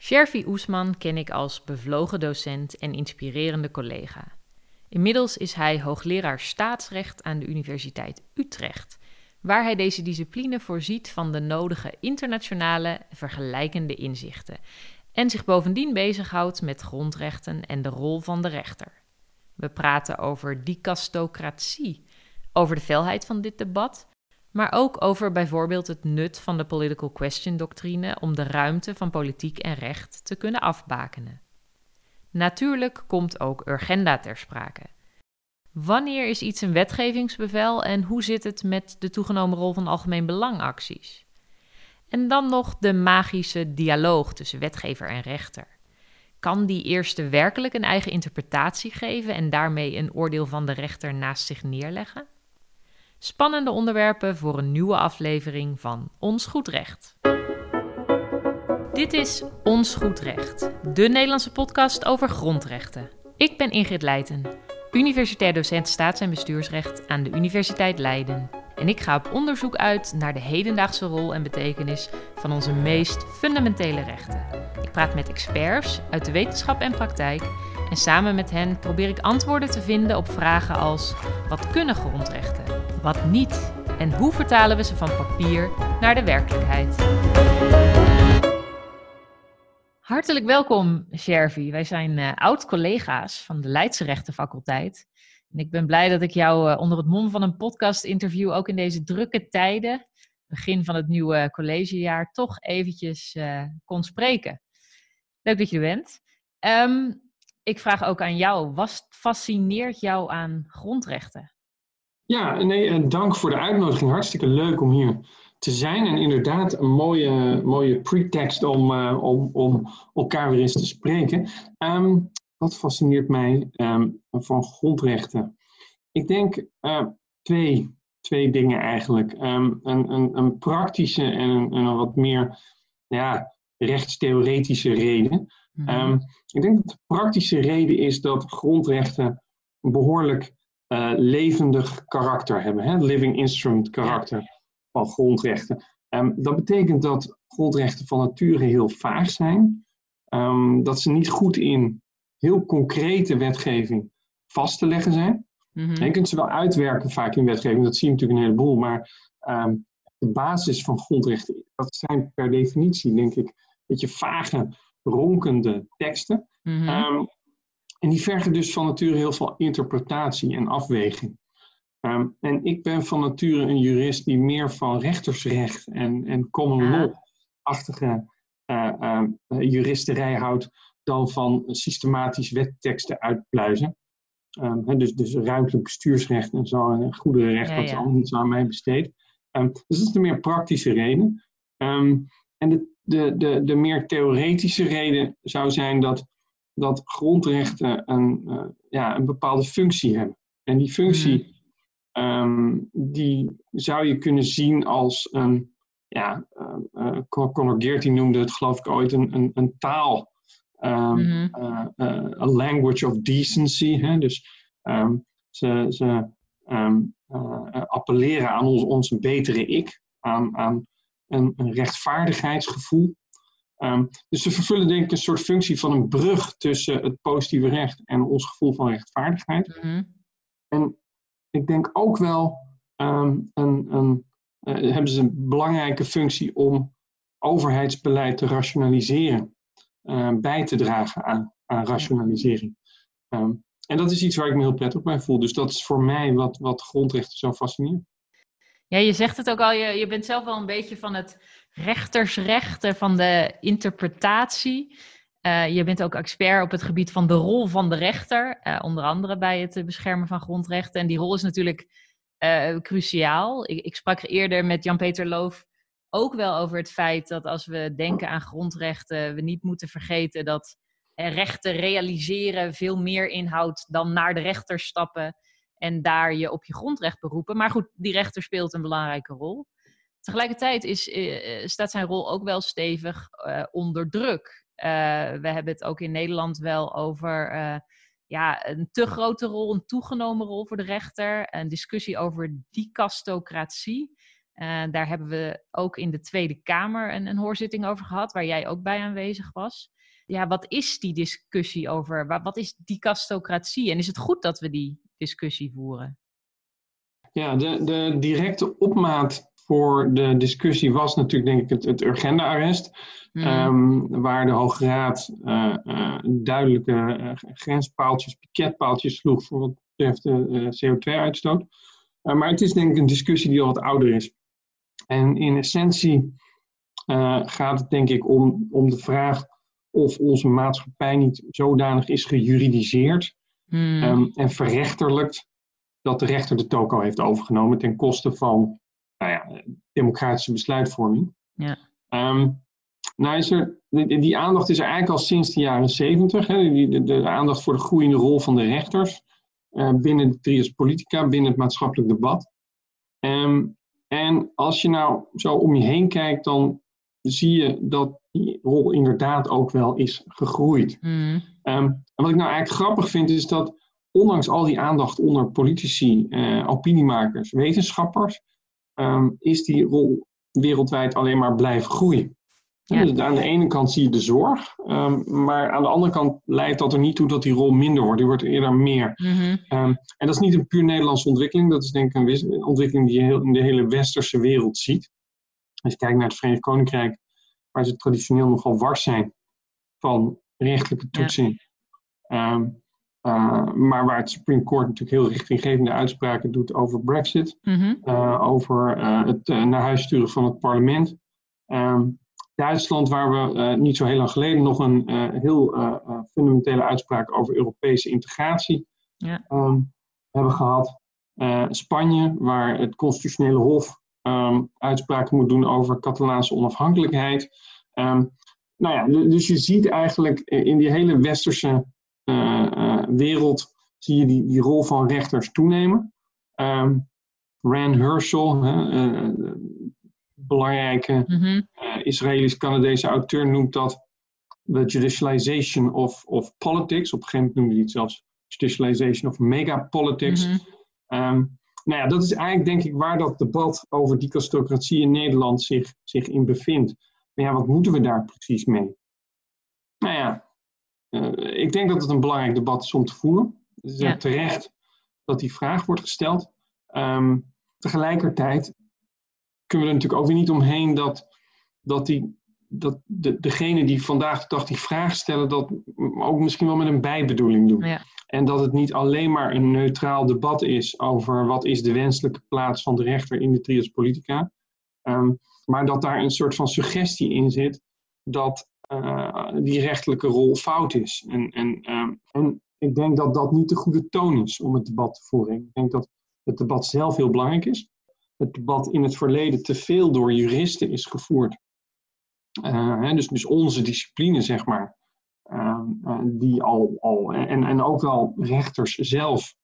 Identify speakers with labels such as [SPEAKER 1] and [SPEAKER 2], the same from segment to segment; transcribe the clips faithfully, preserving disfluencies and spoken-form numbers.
[SPEAKER 1] Shervy Oesman ken ik als bevlogen docent en inspirerende collega. Inmiddels is hij hoogleraar staatsrecht aan de Universiteit Utrecht, waar hij deze discipline voorziet van de nodige internationale vergelijkende inzichten en zich bovendien bezighoudt met grondrechten en de rol van de rechter. We praten over dicastocratie, over de felheid van dit debat, maar ook over bijvoorbeeld het nut van de political question doctrine om de ruimte van politiek en recht te kunnen afbakenen. Natuurlijk komt ook urgenda ter sprake. Wanneer is iets een wetgevingsbevel en hoe zit het met de toegenomen rol van algemeen belangacties? En dan nog de magische dialoog tussen wetgever en rechter. Kan die eerste werkelijk een eigen interpretatie geven en daarmee een oordeel van de rechter naast zich neerleggen? Spannende onderwerpen voor een nieuwe aflevering van Ons Goed Recht. Dit is Ons Goed Recht, de Nederlandse podcast over grondrechten. Ik ben Ingrid Leijten, universitair docent staats- en bestuursrecht aan de Universiteit Leiden. En ik ga op onderzoek uit naar de hedendaagse rol en betekenis van onze meest fundamentele rechten. Ik praat met experts uit de wetenschap en praktijk en samen met hen probeer ik antwoorden te vinden op vragen als: wat kunnen grondrechten? Wat niet? En hoe vertalen we ze van papier naar de werkelijkheid? Hartelijk welkom, Shervy. Wij zijn uh, oud-collega's van de Leidse Rechtenfaculteit. En ik ben blij dat ik jou uh, onder het mom van een podcast-interview ook in deze drukke tijden, begin van het nieuwe collegejaar, toch eventjes uh, kon spreken. Leuk dat je er bent. Um, ik vraag ook aan jou, wat fascineert jou aan grondrechten?
[SPEAKER 2] Ja, nee, dank voor de uitnodiging. Hartstikke leuk om hier te zijn. En inderdaad een mooie, mooie pretext om, uh, om, om elkaar weer eens te spreken. Um, wat fascineert mij um, van grondrechten? Ik denk uh, twee, twee dingen eigenlijk. Um, een, een, een praktische en een, een wat meer ja, rechtstheoretische reden. Mm-hmm. Um, ik denk dat de praktische reden is dat grondrechten behoorlijk Uh, levendig karakter hebben, hè? Living instrument karakter van grondrechten. Um, dat betekent dat grondrechten van nature heel vaag zijn, um, dat ze niet goed in heel concrete wetgeving vast te leggen zijn. Mm-hmm. Je kunt ze wel uitwerken vaak in wetgeving, dat zie je natuurlijk een heleboel, maar um, de basis van grondrechten, dat zijn per definitie, denk ik, een beetje vage, ronkende teksten. Mm-hmm. Um, En die vergen dus van nature heel veel interpretatie en afweging. Um, en ik ben van nature een jurist die meer van rechtersrecht en, en common law-achtige uh, uh, juristerij houdt dan van systematisch wetteksten uitpluizen. Um, he, dus, dus ruimtelijk bestuursrecht en zo, en goederenrecht, ja, dat is ja. allemaal niet zo aan mij besteed. Um, dus dat is de meer praktische reden. Um, en de, de, de, de meer theoretische reden zou zijn dat dat grondrechten een, uh, ja, een bepaalde functie hebben. En die functie, mm. um, die zou je kunnen zien als een, ja, uh, uh, Conor Geert noemde het geloof ik ooit een, een, een taal, um, mm-hmm. uh, uh, a language of decency. Hè? Dus um, ze, ze um, uh, appelleren aan ons, ons betere ik, aan, aan een, een rechtvaardigheidsgevoel. Um, dus ze vervullen denk ik een soort functie van een brug tussen het positieve recht en ons gevoel van rechtvaardigheid. Mm-hmm. En ik denk ook wel um, een, een, uh, hebben ze een belangrijke functie om overheidsbeleid te rationaliseren, uh, bij te dragen aan, aan rationalisering. Um, en dat is iets waar ik me heel prettig bij voel. Dus dat is voor mij wat, wat grondrechten zo fascineert.
[SPEAKER 1] Ja, je zegt het ook al, je, je bent zelf wel een beetje van het rechtersrecht en van de interpretatie. Uh, je bent ook expert op het gebied van de rol van de rechter, uh, onder andere bij het beschermen van grondrechten. En die rol is natuurlijk uh, cruciaal. Ik, ik sprak eerder met Jan-Peter Loof ook wel over het feit dat als we denken aan grondrechten, we niet moeten vergeten dat uh, rechten realiseren veel meer inhoudt dan naar de rechter stappen en daar je op je grondrecht beroepen. Maar goed, die rechter speelt een belangrijke rol. Tegelijkertijd is, uh, staat zijn rol ook wel stevig uh, onder druk. Uh, we hebben het ook in Nederland wel over uh, ja, een te grote rol, een toegenomen rol voor de rechter. Een discussie over dicastocratie. Uh, daar hebben we ook in de Tweede Kamer een, een hoorzitting over gehad, waar jij ook bij aanwezig was. Ja, wat is die discussie over, wat is dicastocratie? En is het goed dat we die discussie voeren?
[SPEAKER 2] Ja, de, de directe opmaat voor de discussie was natuurlijk denk ik het, het Urgenda-arrest. Mm. Um, waar de Hoge Raad uh, uh, duidelijke uh, grenspaaltjes, piketpaaltjes sloeg voor wat betreft de uh, C O twee uitstoot. Uh, maar het is denk ik een discussie die al wat ouder is. En in essentie uh, gaat het denk ik om, om de vraag of onze maatschappij niet zodanig is gejuridiseerd mm. um, en verrechterlijkt dat de rechter de toko heeft overgenomen ten koste van nou ja, democratische besluitvorming. Ja. Um, nou is er, die, die aandacht is er eigenlijk al sinds de jaren zeventig. De, de, de aandacht voor de groeiende rol van de rechters uh, binnen de trias politica, binnen het maatschappelijk debat. Um, en als je nou zo om je heen kijkt, dan zie je dat die rol inderdaad ook wel is gegroeid. Mm. Um, en wat ik nou eigenlijk grappig vind, is dat ondanks al die aandacht onder politici, uh, opiniemakers, wetenschappers, um, is die rol wereldwijd alleen maar blijven groeien. Ja. Dus aan de ene kant zie je de zorg, um, maar aan de andere kant leidt dat er niet toe dat die rol minder wordt. Die wordt eerder meer. Mm-hmm. Um, en dat is niet een puur Nederlandse ontwikkeling. Dat is denk ik een, wis- een ontwikkeling die je heel, in de hele westerse wereld ziet. Als je kijkt naar het Verenigd Koninkrijk, waar ze traditioneel nogal wars zijn van rechtelijke toetsing. Ja. Um, Uh, maar waar het Supreme Court natuurlijk heel richtinggevende uitspraken doet over Brexit. Mm-hmm. Uh, over uh, het uh, naar huis sturen van het parlement. Um, Duitsland, waar we uh, niet zo heel lang geleden nog een uh, heel uh, uh, fundamentele uitspraak over Europese integratie ja. um, hebben gehad. Uh, Spanje, waar het constitutionele hof um, uitspraken moet doen over Catalaanse onafhankelijkheid. Um, nou ja, dus je ziet eigenlijk in die hele westerse Uh, uh, wereld zie je die, die rol van rechters toenemen. Um, Rand Herschel, uh, uh, belangrijke mm-hmm. uh, Israëlisch-Canadese auteur, noemt dat the judicialization of, of politics. Op een gegeven moment noemde hij het zelfs judicialization of megapolitics. Mm-hmm. Um, nou ja, dat is eigenlijk denk ik waar dat debat over dicastocratie in Nederland zich, zich in bevindt. Maar ja, wat moeten we daar precies mee? Nou ja, Uh, ik denk dat het een belangrijk debat is om te voeren. Het is ja. terecht dat die vraag wordt gesteld. Um, tegelijkertijd kunnen we er natuurlijk ook weer niet omheen dat, dat, die, dat de, degene die vandaag de dag die vraag stellen, dat ook misschien wel met een bijbedoeling doen. Ja. En dat het niet alleen maar een neutraal debat is over wat is de wenselijke plaats van de rechter in de trias politica. Um, maar dat daar een soort van suggestie in zit dat Uh, die rechterlijke rol fout is. En, en, um, en ik denk dat dat niet de goede toon is om het debat te voeren. Ik denk dat het debat zelf heel belangrijk is. Het debat in het verleden te veel door juristen is gevoerd. Uh, hè, dus, dus onze discipline, zeg maar. Uh, uh, die al, al en, en ook wel rechters zelf,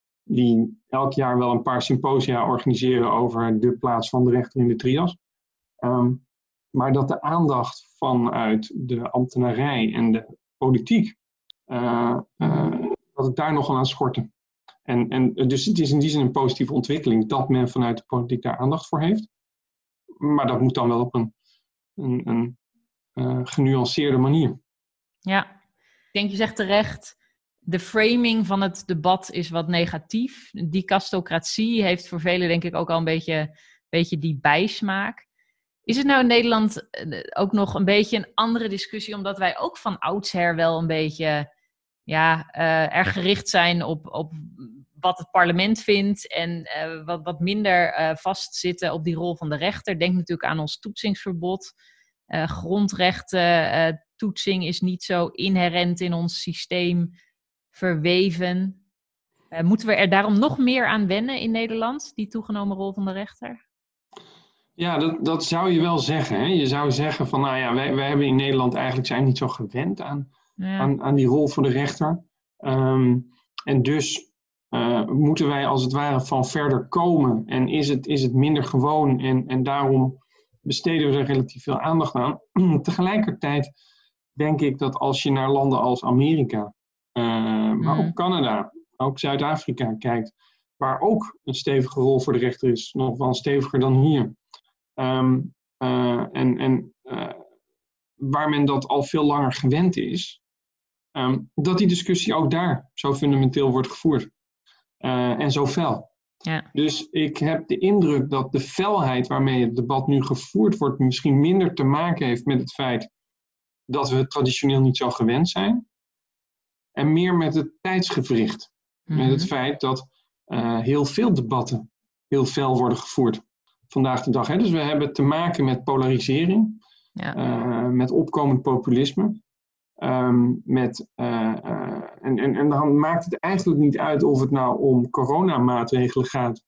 [SPEAKER 2] die elk jaar wel een paar symposia organiseren over de plaats van de rechter in de trias. Um, Maar dat de aandacht vanuit de ambtenarij en de politiek, uh, uh, dat het daar nogal aan schortte. En, en, dus het is in die zin een positieve ontwikkeling dat men vanuit de politiek daar aandacht voor heeft. Maar dat moet dan wel op een, een, een uh, genuanceerde manier.
[SPEAKER 1] Ja, ik denk je zegt terecht, de framing van het debat is wat negatief. Dicastocratie heeft voor velen denk ik ook al een beetje, beetje die bijsmaak. Is het nou in Nederland ook nog een beetje een andere discussie, omdat wij ook van oudsher wel een beetje ja, uh, erg gericht zijn op, op wat het parlement vindt en uh, wat, wat minder uh, vastzitten op die rol van de rechter? Denk natuurlijk aan ons toetsingsverbod. Uh, grondrechten, uh, toetsing is niet zo inherent in ons systeem verweven. Uh, moeten we er daarom nog meer aan wennen in Nederland, die toegenomen rol van de rechter?
[SPEAKER 2] Ja, dat, dat zou je wel zeggen. Hè? Je zou zeggen van, nou ja, wij, wij hebben in Nederland eigenlijk zijn niet zo gewend aan, ja. aan, aan die rol van de rechter. Um, en dus uh, moeten wij als het ware van verder komen. En is het, is het minder gewoon en, en daarom besteden we er relatief veel aandacht aan. Tegelijkertijd denk ik dat als je naar landen als Amerika, uh, maar ook Canada, ook Zuid-Afrika kijkt, waar ook een stevige rol voor de rechter is, nog wel steviger dan hier. Um, uh, en en uh, waar men dat al veel langer gewend is, um, dat die discussie ook daar zo fundamenteel wordt gevoerd. Uh, en zo fel.
[SPEAKER 1] Ja.
[SPEAKER 2] Dus ik heb de indruk dat de felheid waarmee het debat nu gevoerd wordt misschien minder te maken heeft met het feit dat we het traditioneel niet zo gewend zijn. En meer met het tijdsgewricht. Mm-hmm. Met het feit dat uh, heel veel debatten heel fel worden gevoerd vandaag de dag. Hè? Dus we hebben te maken met polarisering.
[SPEAKER 1] Ja.
[SPEAKER 2] Uh, met opkomend populisme. Um, met, uh, uh, en, en, en dan maakt het eigenlijk niet uit of het nou om coronamaatregelen gaat.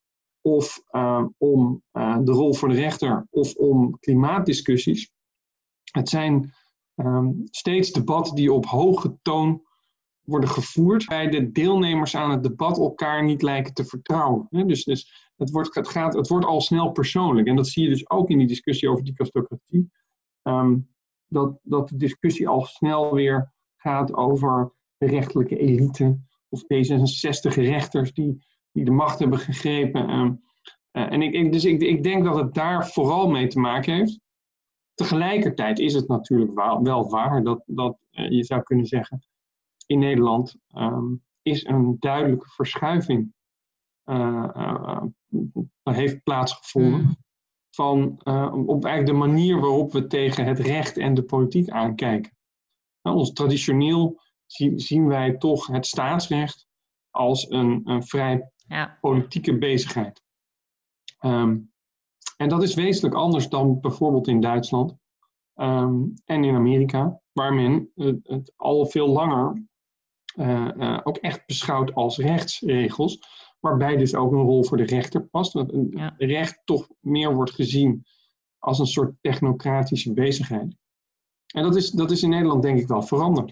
[SPEAKER 2] Of uh, om uh, de rol voor de rechter. Of om klimaatdiscussies. Het zijn um, steeds debatten die op hoge toon worden gevoerd. Bij de deelnemers aan het debat elkaar niet lijken te vertrouwen. Hè? Dus, dus het, wordt, het, gaat, het wordt al snel persoonlijk. En dat zie je dus ook in die discussie over dicastocratie. Um, dat, dat de discussie al snel weer gaat over de rechterlijke elite. Of D zesenzestig rechters die, die de macht hebben gegrepen. Um, uh, en ik, ik, dus ik, ik denk dat het daar vooral mee te maken heeft. Tegelijkertijd is het natuurlijk wel, wel waar dat, dat uh, je zou kunnen zeggen, in Nederland um, is een duidelijke verschuiving uh, uh, uh, heeft plaatsgevonden. Mm. Van uh, op eigenlijk de manier waarop we tegen het recht en de politiek aankijken. Nou, ons traditioneel zien, zien wij toch het staatsrecht als een, een vrij
[SPEAKER 1] ja.
[SPEAKER 2] politieke bezigheid. Um, en dat is wezenlijk anders dan bijvoorbeeld in Duitsland um, en in Amerika, waar men het, het al veel langer uh, uh, ook echt beschouwt als rechtsregels. Waarbij dus ook een rol voor de rechter past. Dat een ja. recht toch meer wordt gezien als een soort technocratische bezigheid. En dat is, dat is in Nederland denk ik wel veranderd.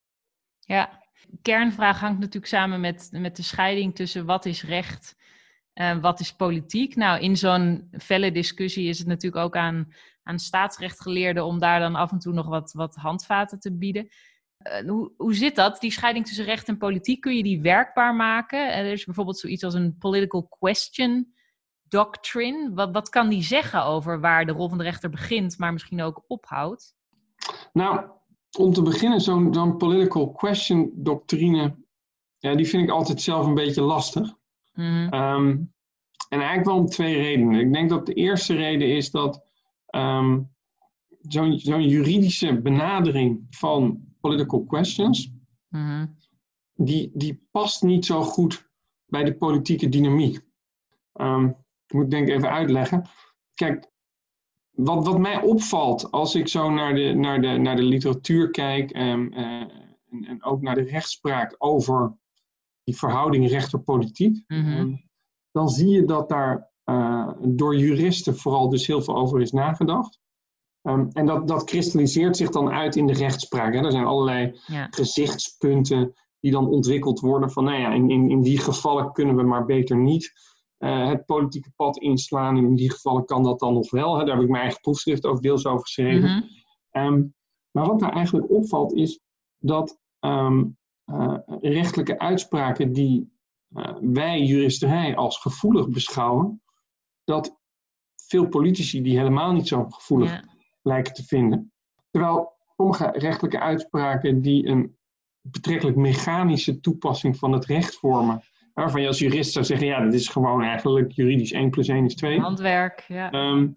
[SPEAKER 1] Ja, kernvraag hangt natuurlijk samen met, met de scheiding tussen wat is recht en wat is politiek. Nou, in zo'n felle discussie is het natuurlijk ook aan, aan staatsrechtgeleerden om daar dan af en toe nog wat, wat handvaten te bieden. Uh, hoe, hoe zit dat? Die scheiding tussen recht en politiek, kun je die werkbaar maken? Er is bijvoorbeeld zoiets als een political question doctrine. Wat, wat kan die zeggen over waar de rol van de rechter begint, maar misschien ook ophoudt?
[SPEAKER 2] Nou, om te beginnen, zo'n, zo'n political question doctrine, ja, die vind ik altijd zelf een beetje lastig.
[SPEAKER 1] Mm-hmm.
[SPEAKER 2] Um, en eigenlijk wel om twee redenen. Ik denk dat de eerste reden is dat um, zo'n, zo'n juridische benadering van political questions,
[SPEAKER 1] mm-hmm.
[SPEAKER 2] die, die past niet zo goed bij de politieke dynamiek. Um, ik moet denk ik even uitleggen. Kijk, wat, wat mij opvalt als ik zo naar de, naar de, naar de literatuur kijk um, uh, en, en ook naar de rechtspraak over die verhouding rechter-politiek,
[SPEAKER 1] mm-hmm.
[SPEAKER 2] um, dan zie je dat daar uh, door juristen vooral dus heel veel over is nagedacht. Um, en dat, dat kristalliseert zich dan uit in de rechtspraak. Hè. Er zijn allerlei
[SPEAKER 1] ja.
[SPEAKER 2] gezichtspunten die dan ontwikkeld worden van, nou ja, in, in, in die gevallen kunnen we maar beter niet uh, het politieke pad inslaan. In die gevallen kan dat dan nog wel. Hè. Daar heb ik mijn eigen proefschrift ook deels over geschreven.
[SPEAKER 1] Mm-hmm.
[SPEAKER 2] Um, maar wat daar eigenlijk opvalt is dat um, uh, rechtelijke uitspraken die uh, wij juristerij als gevoelig beschouwen, dat veel politici die helemaal niet zo gevoelig
[SPEAKER 1] ja.
[SPEAKER 2] lijken te vinden. Terwijl sommige rechtelijke uitspraken die een betrekkelijk mechanische toepassing van het recht vormen, waarvan je als jurist zou zeggen, ja, dat is gewoon eigenlijk juridisch één plus één is twee.
[SPEAKER 1] Handwerk, ja.
[SPEAKER 2] Um,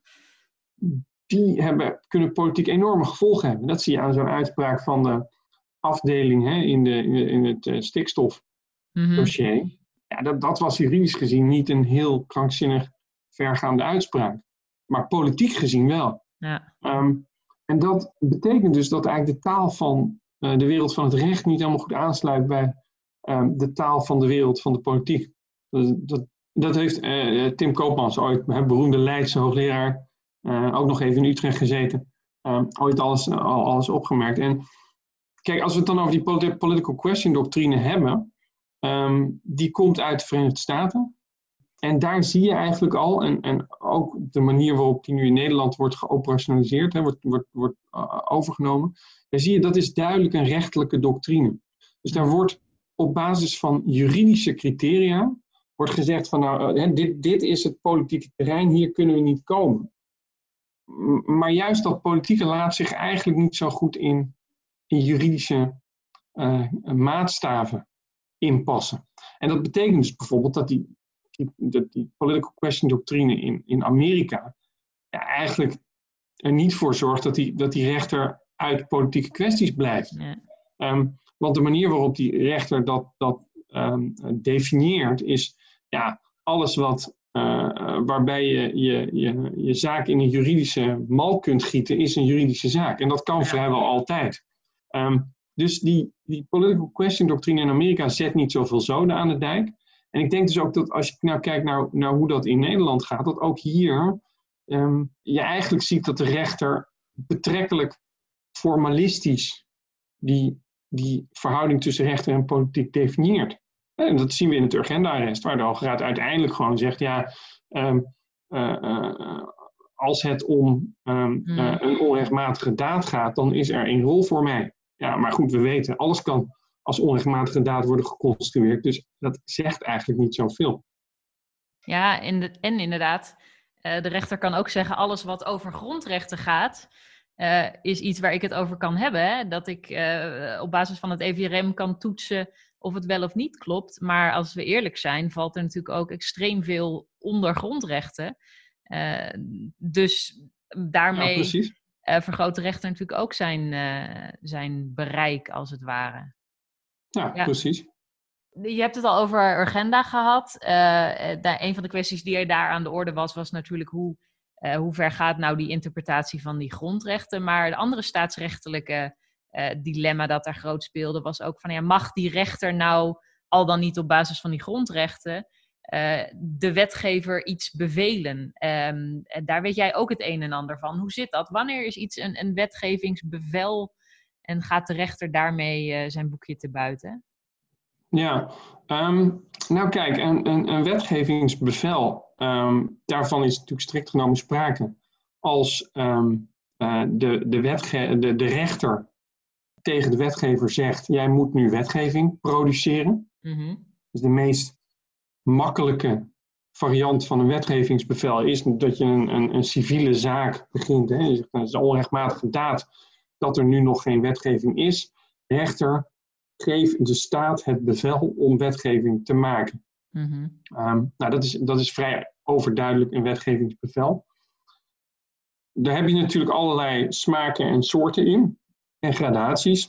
[SPEAKER 2] die hebben, kunnen politiek enorme gevolgen hebben. Dat zie je aan zo'n uitspraak van de afdeling hè, in, de, in, de, in het uh, stikstofdossier. Mm-hmm. Ja, dat, dat was juridisch gezien niet een heel krankzinnig vergaande uitspraak. Maar politiek gezien wel.
[SPEAKER 1] Ja.
[SPEAKER 2] Um, en dat betekent dus dat eigenlijk de taal van uh, de wereld van het recht niet helemaal goed aansluit bij um, de taal van de wereld van de politiek. Dat, dat, dat heeft uh, Tim Koopmans, ooit hè, beroemde Leidse hoogleraar, uh, ook nog even in Utrecht gezeten, um, ooit alles, uh, alles opgemerkt. En kijk, als we het dan over die political question doctrine hebben, um, die komt uit de Verenigde Staten. En daar zie je eigenlijk al, en, en ook de manier waarop die nu in Nederland wordt geoperationaliseerd, hè, wordt, wordt, wordt uh, overgenomen, daar zie je dat is duidelijk een rechtelijke doctrine. Dus daar wordt op basis van juridische criteria wordt gezegd van nou, uh, dit, dit is het politieke terrein, hier kunnen we niet komen. maar juist dat politieke laat zich eigenlijk niet zo goed in, in juridische uh, maatstaven inpassen. En dat betekent dus bijvoorbeeld dat die, die, dat die political question doctrine in, in Amerika ja, eigenlijk er niet voor zorgt dat die, dat die rechter uit politieke kwesties blijft. Ja. Um, want de manier waarop die rechter dat, dat um, definieert is ja, alles wat, uh, waarbij je je, je je zaak in een juridische mal kunt gieten, is een juridische zaak. En dat kan ja. vrijwel altijd. Um, dus die, die political question doctrine in Amerika zet niet zoveel zoden aan de dijk. En ik denk dus ook dat als je nou kijkt naar, naar hoe dat in Nederland gaat, dat ook hier um, je eigenlijk ziet dat de rechter betrekkelijk formalistisch die, die verhouding tussen rechter en politiek definieert. En dat zien we in het Urgenda-arrest, waar de Hoge Raad uiteindelijk gewoon zegt, ja, um, uh, uh, als het om um, uh, een onrechtmatige daad gaat, dan is er één rol voor mij. Ja, maar goed, we weten, alles kan als onrechtmatige daad worden geconstrueerd, dus dat zegt eigenlijk niet zoveel.
[SPEAKER 1] Ja, en, de, en inderdaad, uh, de rechter kan ook zeggen, alles wat over grondrechten gaat, uh, is iets waar ik het over kan hebben. Hè? Dat ik uh, op basis van het E V R M kan toetsen of het wel of niet klopt. Maar als we eerlijk zijn, valt er natuurlijk ook extreem veel onder grondrechten. Uh, dus daarmee ja, uh, vergroot de rechter natuurlijk ook zijn, uh, zijn bereik, als het ware.
[SPEAKER 2] Ja, ja, precies.
[SPEAKER 1] Je hebt het al over Urgenda gehad. Uh, daar, een van de kwesties die er daar aan de orde was, was natuurlijk hoe, uh, hoe ver gaat nou die interpretatie van die grondrechten. Maar de andere staatsrechtelijke uh, dilemma dat daar groot speelde, was ook van, ja, mag die rechter nou al dan niet op basis van die grondrechten uh, de wetgever iets bevelen? Um, daar weet jij ook het een en ander van. Hoe zit dat? Wanneer is iets een, een wetgevingsbevel en gaat de rechter daarmee uh, zijn boekje te buiten?
[SPEAKER 2] Ja, um, nou kijk, een, een, een wetgevingsbevel, um, daarvan is natuurlijk strikt genomen sprake als um, uh, de, de, wetge- de, de rechter tegen de wetgever zegt, jij moet nu wetgeving produceren. Mm-hmm. Dus de meest makkelijke variant van een wetgevingsbevel is dat je een, een, een civiele zaak begint. Hè. Je zegt, het is een onrechtmatige daad dat er nu nog geen wetgeving is. De rechter geeft de staat het bevel om wetgeving te maken. Mm-hmm. Um, nou, dat is, dat is vrij overduidelijk een wetgevingsbevel. Daar heb je natuurlijk allerlei smaken en soorten in. En gradaties.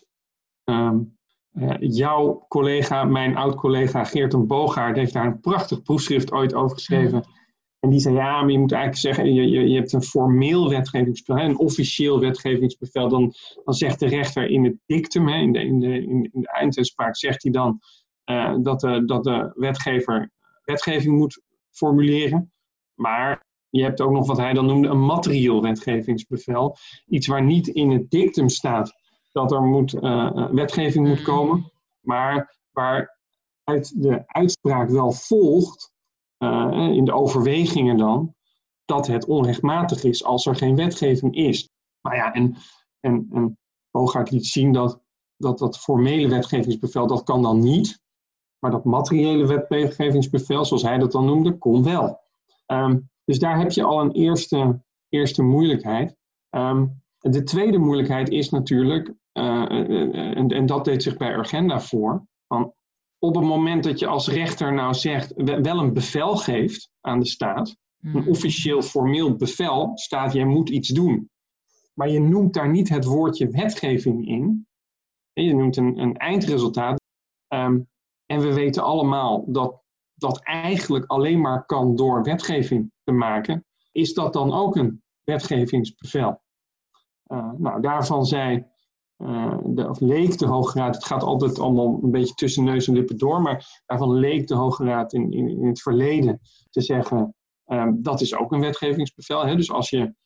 [SPEAKER 2] Um, uh, jouw collega, mijn oud-collega Geert Boogaard heeft daar een prachtig proefschrift ooit over geschreven. Mm. En die zei, ja, maar je moet eigenlijk zeggen, je, je, je hebt een formeel wetgevingsbevel, een officieel wetgevingsbevel. Dan, dan zegt de rechter in het dictum, hè, in, de, in, de, in de einduitspraak, zegt hij dan uh, dat, de, dat de wetgever wetgeving moet formuleren. Maar je hebt ook nog wat hij dan noemde een materieel wetgevingsbevel. Iets waar niet in het dictum staat dat er moet, uh, wetgeving moet komen, maar waaruit de uitspraak wel volgt, uh, in de overwegingen dan, dat het onrechtmatig is als er geen wetgeving is. Nou ja, en, en, en Boogaard liet zien dat, dat dat formele wetgevingsbevel, dat kan dan niet, maar dat materiële wetgevingsbevel, zoals hij dat dan noemde, kon wel. Um, dus daar heb je al een eerste, eerste moeilijkheid. Um, de tweede moeilijkheid is natuurlijk, uh, uh, en, en dat deed zich bij Urgenda voor, van op het moment dat je als rechter nou zegt, wel een bevel geeft aan de staat, mm. een officieel formeel bevel, staat jij moet iets doen. Maar je noemt daar niet het woordje wetgeving in. Je noemt een, een eindresultaat. Um, en we weten allemaal dat dat eigenlijk alleen maar kan door wetgeving te maken. Is dat dan ook een wetgevingsbevel? Uh, nou, daarvan zei, uh, de, of leek de Hoge Raad, het gaat altijd allemaal een beetje tussen neus en lippen door, maar daarvan leek de Hoge Raad in, in, in het verleden te zeggen, um, dat is ook een wetgevingsbevel. Hè? Dus als je,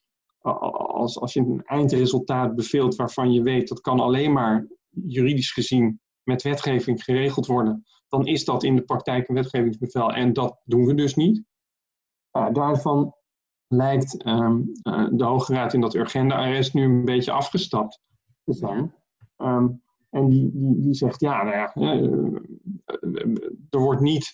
[SPEAKER 2] als, als je een eindresultaat beveelt waarvan je weet dat kan alleen maar juridisch gezien met wetgeving geregeld worden, dan is dat in de praktijk een wetgevingsbevel en dat doen we dus niet. Uh, daarvan lijkt um, uh, de Hoge Raad in dat Urgenda-arrest nu een beetje afgestapt te zijn. Um, en die, die, die zegt, ja, nou ja, uh, er wordt niet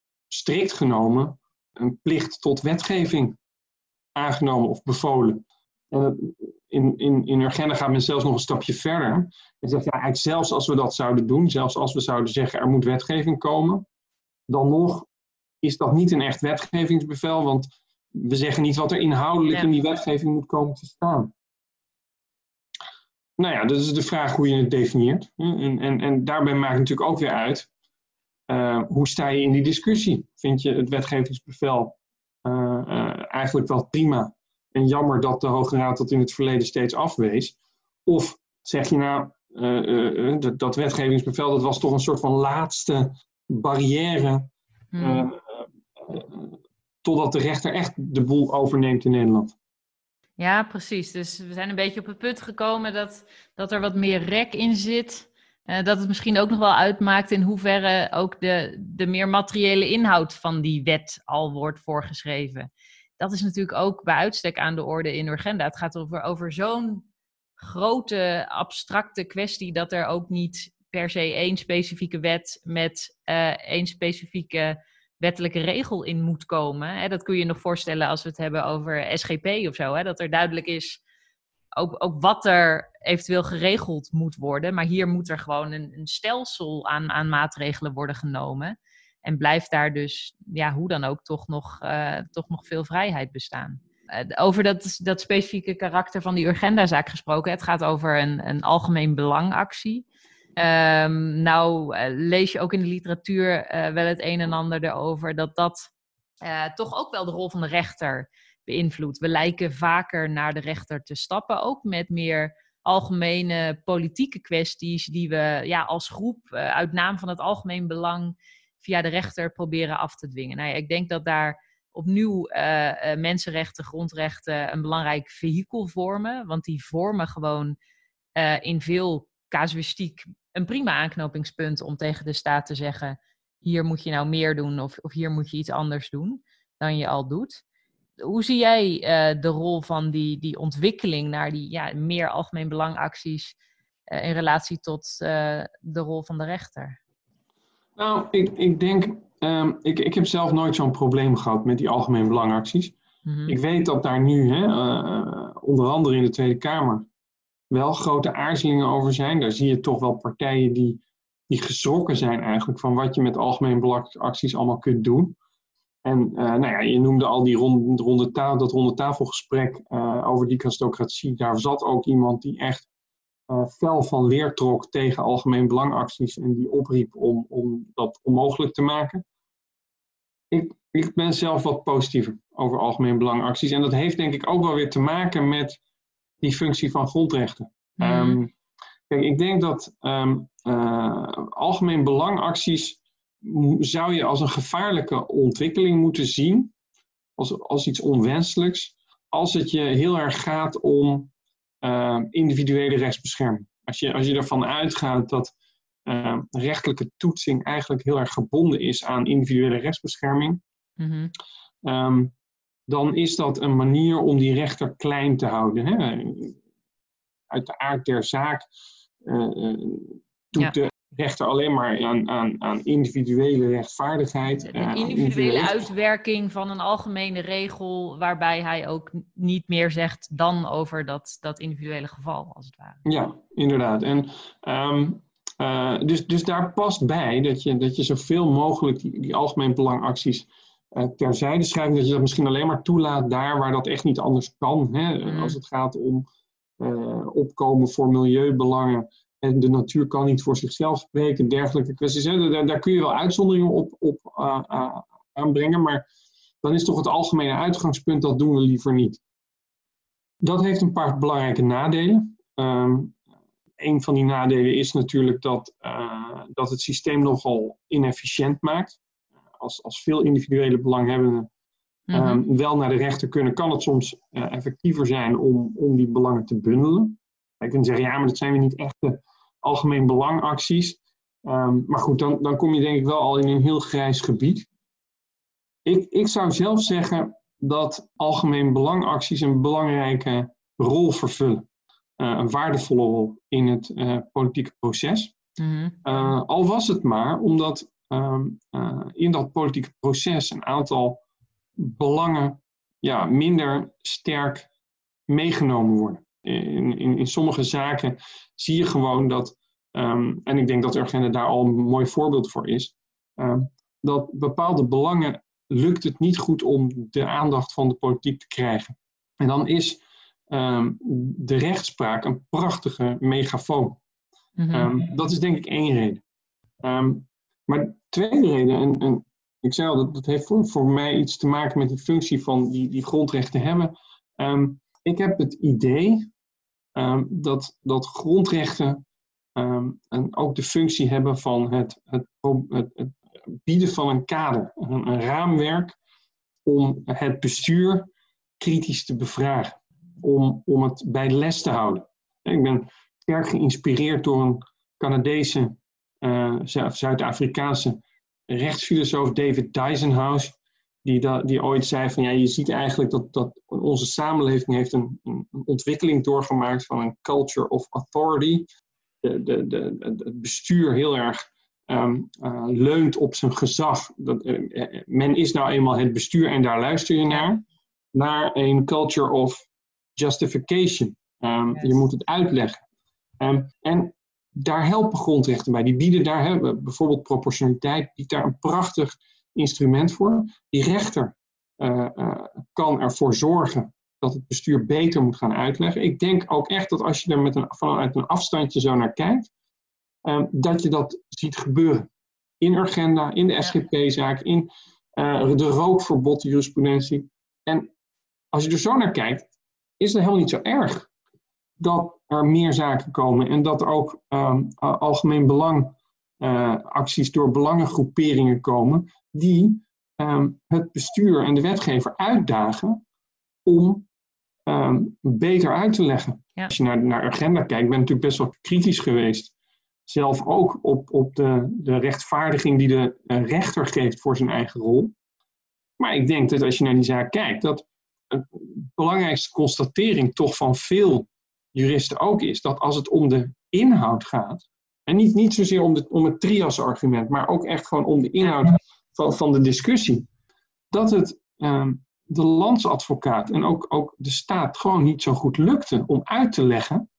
[SPEAKER 2] strikt genomen een plicht tot wetgeving aangenomen of bevolen. En het, in, in, in Urgenda gaat men zelfs nog een stapje verder. En zegt, ja, eigenlijk zelfs als we dat zouden doen, zelfs als we zouden zeggen, er moet wetgeving komen, dan nog is dat niet een echt wetgevingsbevel, want we zeggen niet wat er inhoudelijk ja. in die wetgeving moet komen te staan. Nou ja, dat is de vraag hoe je het definieert. En, en, en daarbij maakt natuurlijk ook weer uit, uh, hoe sta je in die discussie? Vind je het wetgevingsbevel uh, uh, eigenlijk wel prima en jammer dat de Hoge Raad dat in het verleden steeds afwees? Of zeg je nou, uh, uh, uh, dat, dat wetgevingsbevel, dat was toch een soort van laatste barrière uh, uh, uh, totdat de rechter echt de boel overneemt in Nederland?
[SPEAKER 1] Ja, precies. Dus we zijn een beetje op het punt gekomen dat, dat er wat meer rek in zit. Uh, dat het misschien ook nog wel uitmaakt in hoeverre ook de, de meer materiële inhoud van die wet al wordt voorgeschreven. Dat is natuurlijk ook bij uitstek aan de orde in Urgenda. Het gaat over, over zo'n grote, abstracte kwestie dat er ook niet per se één specifieke wet met uh, één specifieke wettelijke regel in moet komen. Hè, dat kun je je nog voorstellen als we het hebben over S G P of zo. Hè, dat er duidelijk is ook, ook wat er eventueel geregeld moet worden. Maar hier moet er gewoon een, een stelsel aan, aan maatregelen worden genomen. En blijft daar dus, ja, hoe dan ook, toch nog, uh, toch nog veel vrijheid bestaan. Uh, over dat, dat specifieke karakter van die Urgenda-zaak gesproken. Het gaat over een, een algemeen belangactie. Um, nou uh, lees je ook in de literatuur uh, wel het een en ander erover dat dat uh, toch ook wel de rol van de rechter beïnvloedt. We lijken vaker naar de rechter te stappen, ook met meer algemene politieke kwesties die we ja, als groep uh, uit naam van het algemeen belang via de rechter proberen af te dwingen. Nou ja, ik denk dat daar opnieuw uh, uh, mensenrechten, grondrechten een belangrijk vehikel vormen, want die vormen gewoon uh, in veel casuïstiek een prima aanknopingspunt om tegen de staat te zeggen, hier moet je nou meer doen of, of hier moet je iets anders doen dan je al doet. Hoe zie jij uh, de rol van die, die ontwikkeling naar die ja, meer algemeen belangacties uh, in relatie tot uh, de rol van de rechter?
[SPEAKER 2] Nou, ik, ik denk, um, ik, ik heb zelf nooit zo'n probleem gehad met die algemeen belangacties. Mm-hmm. Ik weet dat daar nu, hè, uh, onder andere in de Tweede Kamer, wel grote aarzelingen over zijn. Daar zie je toch wel partijen die, die geschrokken zijn eigenlijk van wat je met algemeen belangacties allemaal kunt doen. En uh, nou ja, je noemde al die ronde, ronde ta- dat ronde tafelgesprek uh, over dicastocratie. Daar zat ook iemand die echt uh, fel van leer trok tegen algemeen belangacties en die opriep om, om dat onmogelijk te maken. Ik, ik ben zelf wat positiever over algemeen belangacties. En dat heeft denk ik ook wel weer te maken met die functie van grondrechten. Mm. Um, kijk, ik denk dat um, uh, algemeen belangacties zou je als een gevaarlijke ontwikkeling moeten zien, als, als iets onwenselijks, als het je heel erg gaat om uh, individuele rechtsbescherming. Als je, als je ervan uitgaat dat uh, rechtelijke toetsing eigenlijk heel erg gebonden is aan individuele rechtsbescherming, mm-hmm. um, dan is dat een manier om die rechter klein te houden. Hè? Uit de aard der zaak uh, doet ja. de rechter alleen maar aan, aan, aan individuele rechtvaardigheid.
[SPEAKER 1] De uh, individuele, individuele uitwerking van een algemene regel, waarbij hij ook niet meer zegt dan over dat, dat individuele geval, als het ware.
[SPEAKER 2] Ja, inderdaad. En, um, uh, dus, dus daar past bij dat je, dat je zoveel mogelijk die, die algemeen belangacties uh, terzijde schrijft. Dat je dat misschien alleen maar toelaat daar waar dat echt niet anders kan. Hè? Mm. Als het gaat om uh, opkomen voor milieubelangen. En de natuur kan niet voor zichzelf spreken, dergelijke kwesties. Hè. Daar, daar kun je wel uitzonderingen op, op uh, uh, aanbrengen, maar dan is toch het algemene uitgangspunt, dat doen we liever niet. Dat heeft een paar belangrijke nadelen. Um, een van die nadelen is natuurlijk dat, uh, dat het systeem nogal inefficiënt maakt. Als, als veel individuele belanghebbenden um, mm-hmm. wel naar de rechter kunnen, kan het soms uh, effectiever zijn om, om die belangen te bundelen. Je kunt zeggen, ja, maar dat zijn weer niet echte algemeen belangacties. Um, maar goed, dan, dan kom je denk ik wel al in een heel grijs gebied. Ik, ik zou zelf zeggen dat algemeen belangacties een belangrijke rol vervullen. Uh, een waardevolle rol in het uh, politieke proces. Mm-hmm. Uh, al was het maar omdat um, uh, in dat politieke proces een aantal belangen ja, minder sterk meegenomen worden. In, in, in sommige zaken zie je gewoon dat, um, en ik denk dat Urgenda daar al een mooi voorbeeld voor is, um, dat bepaalde belangen lukt het niet goed om de aandacht van de politiek te krijgen. En dan is um, de rechtspraak een prachtige megafoon. Mm-hmm. Um, dat is denk ik één reden. Um, maar de tweede reden, en, en ik zei al, dat, dat heeft voor, voor mij iets te maken met die functie van die, die grondrechten hebben. Um, ik heb het idee um, dat, dat grondrechten um, en ook de functie hebben van het, het, het, het bieden van een kader, een, een raamwerk om het bestuur kritisch te bevragen, om, om het bij de les te houden. Ik ben sterk geïnspireerd door een Canadese, uh, Zuid-Afrikaanse rechtsfilosoof David Dysenhouse, die, da, die ooit zei van ja, je ziet eigenlijk dat, dat onze samenleving heeft een, een ontwikkeling doorgemaakt van een culture of authority. De, de, de, het bestuur heel erg um, uh, leunt op zijn gezag. Dat, uh, men is nou eenmaal het bestuur en daar luister je naar. Naar een culture of justification. Um, yes. Je moet het uitleggen. Um, en daar helpen grondrechten bij. Die bieden daar, hè, bijvoorbeeld proportionaliteit, biedt daar een prachtig instrument voor. Die rechter uh, uh, kan ervoor zorgen dat het bestuur beter moet gaan uitleggen. Ik denk ook echt dat als je er met een, vanuit een afstandje zo naar kijkt, um, dat je dat ziet gebeuren. In Urgenda, in de S G P-zaak, in uh, de rookverbod jurisprudentie. En als je er zo naar kijkt, is het helemaal niet zo erg dat er meer zaken komen en dat er ook um, algemeen belang uh, acties door belangengroeperingen komen die um, het bestuur en de wetgever uitdagen om um, beter uit te leggen. Ja. Als je naar, naar Urgenda kijkt, ben ik natuurlijk best wel kritisch geweest. Zelf ook op, op de, de rechtvaardiging die de uh, rechter geeft voor zijn eigen rol. Maar ik denk dat als je naar die zaak kijkt, dat de belangrijkste constatering toch van veel juristen ook is, dat als het om de inhoud gaat, en niet, niet zozeer om, de, om het trias-argument, maar ook echt gewoon om de inhoud van, van de discussie, dat het um, de landsadvocaat en ook, ook de staat gewoon niet zo goed lukte om uit te leggen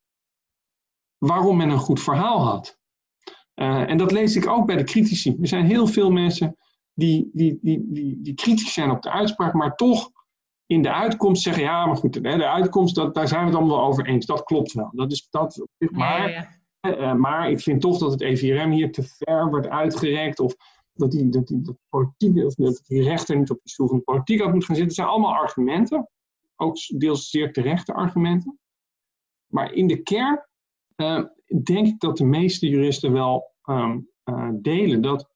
[SPEAKER 2] waarom men een goed verhaal had. Uh, en dat lees ik ook bij de critici. Er zijn heel veel mensen die, die, die, die, die kritisch zijn op de uitspraak, maar toch in de uitkomst zeggen, ja, maar goed, de uitkomst, dat, daar zijn we het allemaal wel over eens. Dat klopt wel. Dat is, dat, maar, ja, ja. Uh, maar ik vind toch dat het E V R M hier te ver wordt uitgerekt, of dat die, dat die, dat politiek, of dat die rechter niet op de stoel van de politiek had moeten gaan zitten. Dat zijn allemaal argumenten. Ook deels zeer terechte argumenten. Maar in de kern uh, denk ik dat de meeste juristen wel um, uh, delen dat,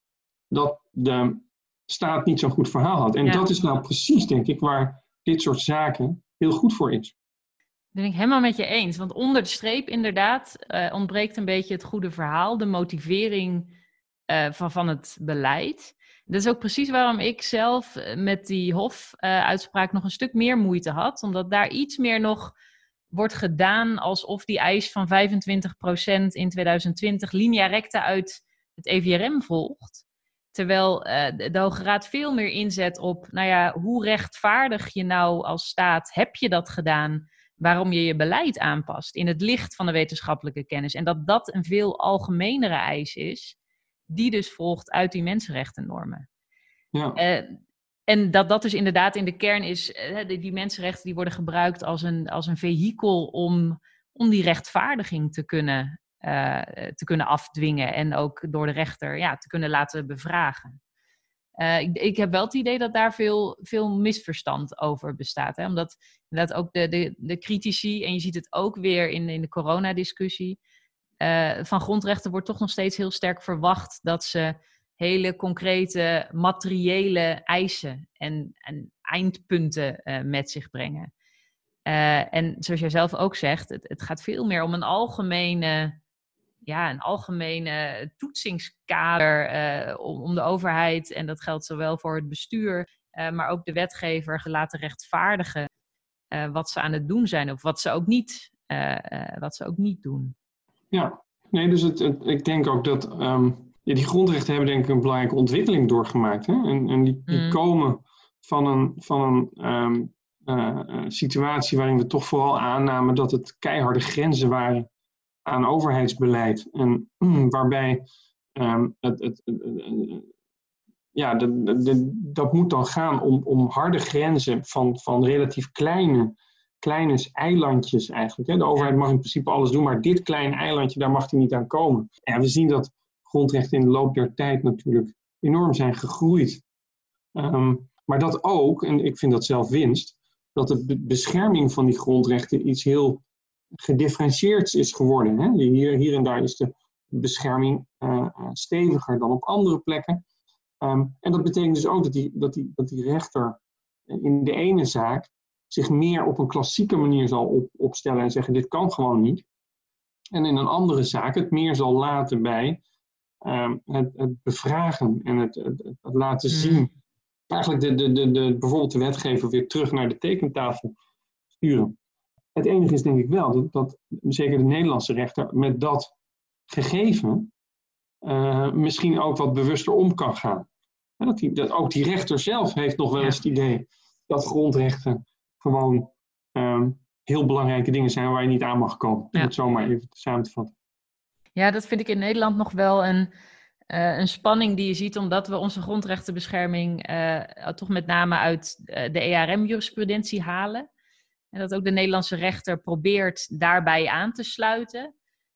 [SPEAKER 2] dat de staat niet zo'n goed verhaal had. En ja. dat is nou precies, denk ik, waar dit soort zaken heel goed voor is.
[SPEAKER 1] Dat ben ik helemaal met je eens. Want onder de streep inderdaad uh, ontbreekt een beetje het goede verhaal, de motivering uh, van, van het beleid. Dat is ook precies waarom ik zelf met die Hof-uitspraak uh, nog een stuk meer moeite had. Omdat daar iets meer nog wordt gedaan alsof die eis van vijfentwintig procent in tweeduizend twintig linea recta uit het E V R M volgt. Terwijl uh, de Hoge Raad veel meer inzet op, nou ja, hoe rechtvaardig je nou als staat, heb je dat gedaan, waarom je je beleid aanpast in het licht van de wetenschappelijke kennis. En dat dat een veel algemenere eis is, die dus volgt uit die mensenrechtennormen. Ja. Uh, en dat dat dus inderdaad in de kern is, uh, die, die mensenrechten die worden gebruikt als een, als een vehikel om, om die rechtvaardiging te kunnen Uh, te kunnen afdwingen en ook door de rechter ja, te kunnen laten bevragen. Uh, ik, ik heb wel het idee dat daar veel, veel misverstand over bestaat. Hè? Omdat inderdaad ook de, de, de critici, en je ziet het ook weer in, in de coronadiscussie, uh, van grondrechten wordt toch nog steeds heel sterk verwacht dat ze hele concrete materiële eisen en, en eindpunten uh, met zich brengen. Uh, en zoals jij zelf ook zegt, het, het gaat veel meer om een algemene... Ja, een algemene toetsingskader uh, om, om de overheid, en dat geldt zowel voor het bestuur, uh, maar ook de wetgever, laten rechtvaardigen uh, wat ze aan het doen zijn of wat ze ook niet, uh, uh, wat ze ook niet doen.
[SPEAKER 2] Ja, nee, dus het, het, ik denk ook dat um, ja, die grondrechten hebben denk ik een belangrijke ontwikkeling doorgemaakt. Hè? En, en die, die mm. komen van een, van een um, uh, uh, situatie waarin we toch vooral aannamen dat het keiharde grenzen waren aan overheidsbeleid. En mm, waarbij um, het, het, het, het, ja, de, de, de, dat moet dan gaan om, om harde grenzen van, van relatief kleine, kleine eilandjes eigenlijk. Hè. De overheid mag in principe alles doen, maar dit kleine eilandje, daar mag hij niet aan komen. En we zien dat grondrechten in de loop der tijd natuurlijk enorm zijn gegroeid. Um, maar dat ook, en ik vind dat zelf winst, dat de bescherming van die grondrechten iets heel gedifferentieerds is geworden. Hè. Hier, hier en daar is de bescherming uh, steviger dan op andere plekken. Um, en dat betekent dus ook dat die, dat, die, dat die rechter in de ene zaak zich meer op een klassieke manier zal op, opstellen en zeggen dit kan gewoon niet. En in een andere zaak het meer zal laten bij um, het, het bevragen en het, het, het laten mm. zien. Eigenlijk de, de, de, de, bijvoorbeeld de wetgever weer terug naar de tekentafel sturen. Het enige is denk ik wel dat, dat zeker de Nederlandse rechter met dat gegeven uh, misschien ook wat bewuster om kan gaan. En dat, die, dat ook die rechter zelf heeft nog wel eens het idee dat grondrechten gewoon um, heel belangrijke dingen zijn waar je niet aan mag komen. Om ja. het zomaar even samen te vatten.
[SPEAKER 1] Ja, dat vind ik in Nederland nog wel een, uh, een spanning die je ziet, omdat we onze grondrechtenbescherming uh, toch met name uit uh, de E R M-jurisprudentie halen. En dat ook de Nederlandse rechter probeert daarbij aan te sluiten.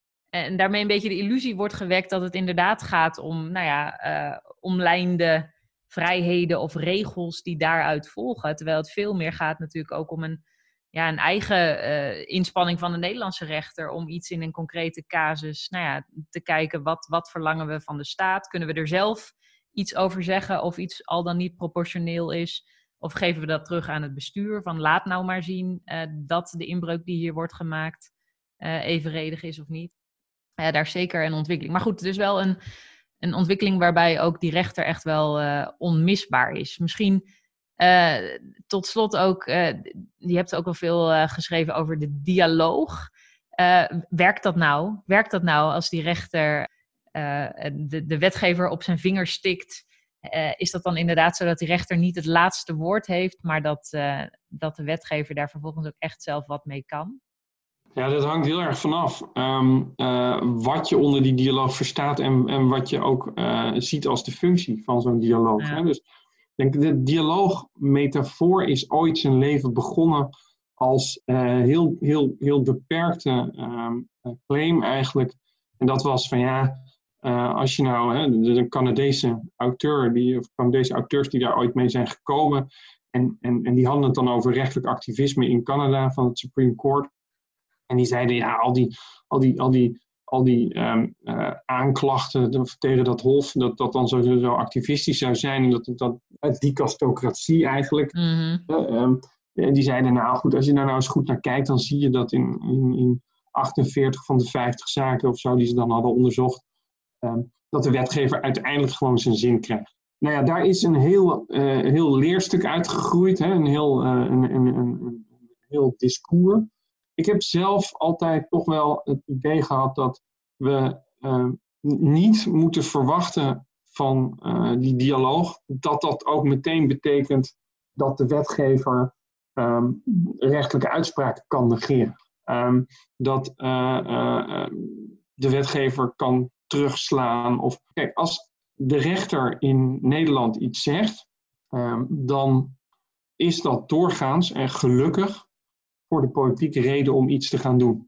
[SPEAKER 1] En daarmee een beetje de illusie wordt gewekt dat het inderdaad gaat om, nou ja, uh, omlijnde vrijheden of regels die daaruit volgen. Terwijl het veel meer gaat natuurlijk ook om een, ja, een eigen uh, inspanning van de Nederlandse rechter om iets in een concrete casus, nou ja, te kijken wat, wat verlangen we van de staat. Kunnen we er zelf iets over zeggen of iets al dan niet proportioneel is? Of geven we dat terug aan het bestuur van laat nou maar zien uh, dat de inbreuk die hier wordt gemaakt uh, evenredig is of niet. Uh, daar is zeker een ontwikkeling. Maar goed, dus wel een, een ontwikkeling waarbij ook die rechter echt wel uh, onmisbaar is. Misschien uh, tot slot ook, uh, je hebt ook al veel uh, geschreven over de dialoog. Uh, werkt dat nou? Werkt dat nou als die rechter uh, de, de wetgever op zijn vinger stikt? Uh, is dat dan inderdaad zo dat die rechter niet het laatste woord heeft, maar dat, uh, dat de wetgever daar vervolgens ook echt zelf wat mee kan?
[SPEAKER 2] Ja, dat hangt heel erg vanaf um, uh, wat je onder die dialoog verstaat en, en wat je ook uh, ziet als de functie van zo'n dialoog. Ja. Hè? Dus ik denk, de dialoogmetafoor is ooit zijn leven begonnen als uh, heel, heel, heel beperkte um, claim eigenlijk. En dat was van ja, uh, als je nou, hè, de, de Canadese auteur, die, of Canadese auteurs die daar ooit mee zijn gekomen, en, en, en die hadden het dan over rechtelijk activisme in Canada van het Supreme Court. En die zeiden, ja, al die, al die, al die, al die um, uh, aanklachten tegen dat hof, dat dat dan zo, zo activistisch zou zijn. En dat, dat uit die dicastocratie eigenlijk. Mm-hmm. Uh, um, en die zeiden, nou goed, als je daar nou eens goed naar kijkt, dan zie je dat in, in, in achtenveertig van de vijftig zaken of zo die ze dan hadden onderzocht, um, dat de wetgever uiteindelijk gewoon zijn zin krijgt. Nou ja, daar is een heel, uh, heel leerstuk uitgegroeid, hè? Een, heel, uh, een, een, een, een heel discours. Ik heb zelf altijd toch wel het idee gehad dat we uh, niet moeten verwachten van uh, die dialoog, dat dat ook meteen betekent dat de wetgever um, rechtelijke uitspraken kan negeren. Um, dat uh, uh, de wetgever kan terugslaan. Of, kijk, als de rechter in Nederland iets zegt, um, dan is dat doorgaans en gelukkig voor de politieke reden om iets te gaan doen.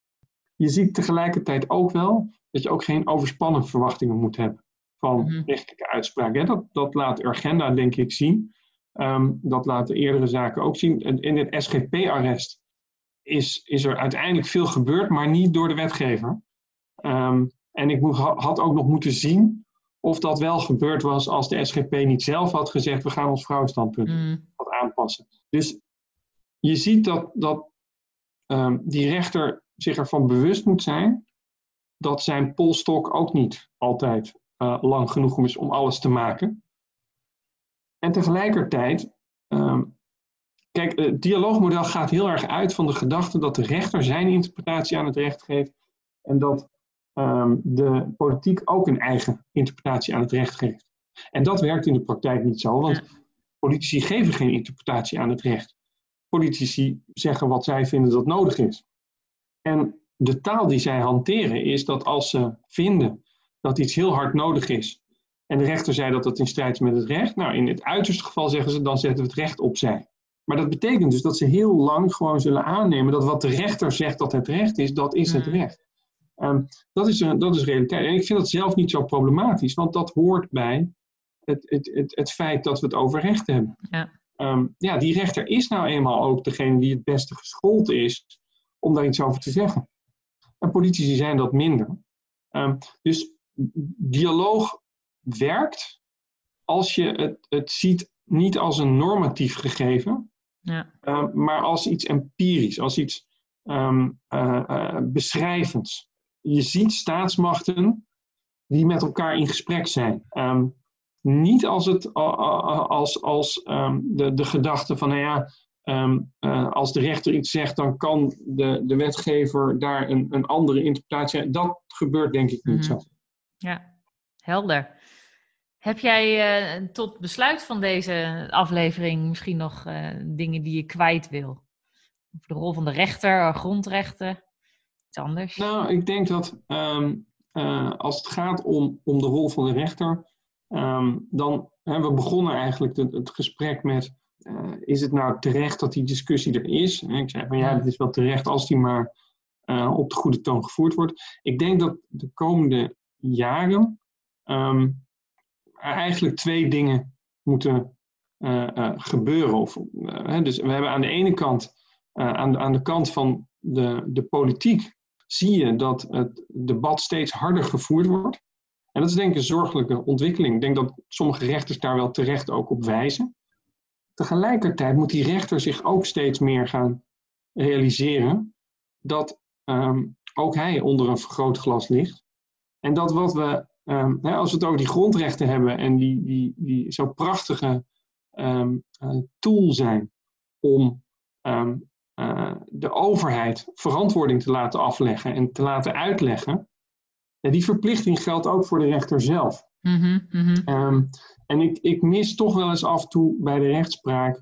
[SPEAKER 2] Je ziet tegelijkertijd ook wel dat je ook geen overspannen verwachtingen moet hebben van mm-hmm. rechtelijke uitspraken. Dat, dat laat Urgenda denk ik zien. Um, dat laten eerdere zaken ook zien. In het S G P-arrest is, is er uiteindelijk veel gebeurd, maar niet door de wetgever. Um, en ik moet, had ook nog moeten zien of dat wel gebeurd was als de S G P niet zelf had gezegd, we gaan ons vrouwenstandpunt mm. wat aanpassen. Dus je ziet dat, dat um, die rechter zich ervan bewust moet zijn dat zijn polstok ook niet altijd uh, lang genoeg is om alles te maken. En tegelijkertijd, um, kijk, het dialoogmodel gaat heel erg uit van de gedachte dat de rechter zijn interpretatie aan het recht geeft en dat um, de politiek ook een eigen interpretatie aan het recht geeft. En dat werkt in de praktijk niet zo, want politici geven geen interpretatie aan het recht. politici zeggen wat zij vinden dat nodig is. En de taal die zij hanteren is dat als ze vinden dat iets heel hard nodig is en de rechter zei dat het in strijd is met het recht, nou in het uiterste geval zeggen ze dan zetten we het recht opzij. Maar dat betekent dus dat ze heel lang gewoon zullen aannemen dat wat de rechter zegt dat het recht is, dat is het recht. Um, dat, is een, dat is realiteit. En ik vind dat zelf niet zo problematisch, want dat hoort bij het, het, het, het feit dat we het over recht hebben.
[SPEAKER 1] Ja.
[SPEAKER 2] Um, ja, die rechter is nou eenmaal ook degene die het beste geschoold is om daar iets over te zeggen. En politici zijn dat minder. Um, dus dialoog werkt als je het, het ziet niet als een normatief gegeven, ja. uh, maar als iets empirisch, als iets um, uh, uh, beschrijvends. Je ziet staatsmachten die met elkaar in gesprek zijn. Um, niet als, het, als, als um, de, de gedachte van, nou ja, um, uh, als de rechter iets zegt, dan kan de, de wetgever daar een, een andere interpretatie hebben. Dat gebeurt denk ik niet mm-hmm. zo.
[SPEAKER 1] Ja, helder. Heb jij uh, tot besluit van deze aflevering misschien nog uh, dingen die je kwijt wil? Over de rol van de rechter, grondrechten, iets anders?
[SPEAKER 2] Nou, ik denk dat um, uh, als het gaat om, om de rol van de rechter, um, dan hebben we begonnen eigenlijk het, het gesprek met, uh, is het nou terecht dat die discussie er is? En ik zei van ja, het is wel terecht als die maar uh, op de goede toon gevoerd wordt. Ik denk dat de komende jaren um, eigenlijk twee dingen moeten uh, uh, gebeuren. Of, uh, dus we hebben aan de ene kant, uh, aan, de, aan de kant van de, de politiek, zie je dat het debat steeds harder gevoerd wordt. En dat is denk ik een zorgelijke ontwikkeling. Ik denk dat sommige rechters daar wel terecht ook op wijzen. Tegelijkertijd moet die rechter zich ook steeds meer gaan realiseren dat um, ook hij onder een vergrootglas ligt. En dat wat we Um, hè, als we het over die grondrechten hebben en die, die, die zo prachtige um, uh, tool zijn om um, uh, de overheid verantwoording te laten afleggen en te laten uitleggen, ja, die verplichting geldt ook voor de rechter zelf.
[SPEAKER 1] Mm-hmm, mm-hmm.
[SPEAKER 2] Um, en ik, ik mis toch wel eens af en toe bij de rechtspraak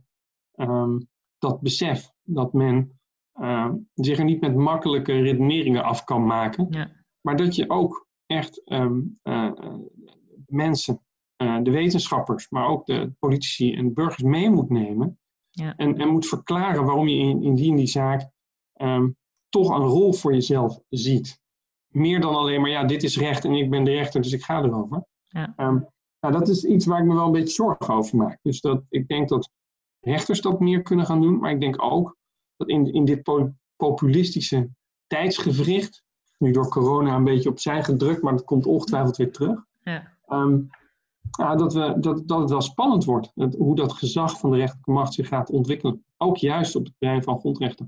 [SPEAKER 2] um, dat besef dat men um, zich er niet met makkelijke redeneringen af kan maken,
[SPEAKER 1] ja.
[SPEAKER 2] maar dat je ook echt um, uh, mensen, uh, de wetenschappers, maar ook de politici en de burgers mee moet nemen.
[SPEAKER 1] Ja.
[SPEAKER 2] En, en moet verklaren waarom je in, in die in die zaak um, toch een rol voor jezelf ziet. Meer dan alleen maar, ja, dit is recht en ik ben de rechter, dus ik ga erover.
[SPEAKER 1] Ja.
[SPEAKER 2] Um, nou, dat is iets waar ik me wel een beetje zorgen over maak. Dus dat, ik denk dat rechters dat meer kunnen gaan doen, maar ik denk ook dat in, in dit populistische tijdsgewricht, nu door corona een beetje opzij gedrukt, maar dat komt ongetwijfeld weer terug.
[SPEAKER 1] Ja.
[SPEAKER 2] Um, ja, dat, we, dat, dat het wel spannend wordt. Het, hoe dat gezag van de rechterlijke macht zich gaat ontwikkelen. Ook juist op het terrein van grondrechten.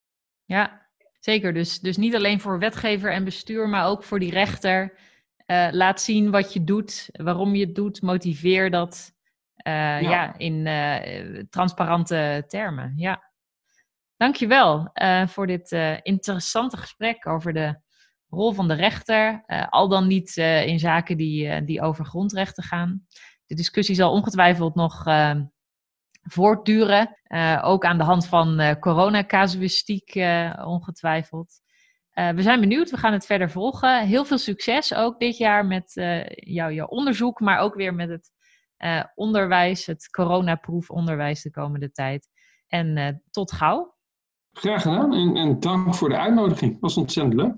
[SPEAKER 1] Ja, zeker. Dus, dus niet alleen voor wetgever en bestuur, maar ook voor die rechter. Uh, laat zien wat je doet, waarom je het doet. Motiveer dat uh, ja. Ja, in uh, transparante termen. Ja. Dankjewel uh, voor dit uh, interessante gesprek over de rol van de rechter, uh, al dan niet uh, in zaken die, uh, die over grondrechten gaan. De discussie zal ongetwijfeld nog uh, voortduren, uh, ook aan de hand van uh, coronacasuïstiek uh, ongetwijfeld. Uh, we zijn benieuwd, we gaan het verder volgen. Heel veel succes ook dit jaar met uh, jou, jouw onderzoek, maar ook weer met het uh, onderwijs, het coronaproefonderwijs de komende tijd. En uh, tot gauw.
[SPEAKER 2] Graag gedaan en, en dank voor de uitnodiging. Het was ontzettend leuk.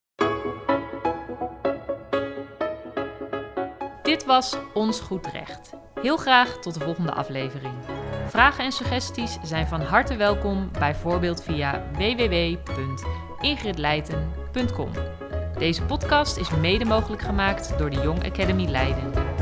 [SPEAKER 1] Dit was Ons Goed Recht. Heel graag tot de volgende aflevering. Vragen en suggesties zijn van harte welkom, bijvoorbeeld via w w w punt ingrid leijten punt com. Deze podcast is mede mogelijk gemaakt door de Young Academy Leiden.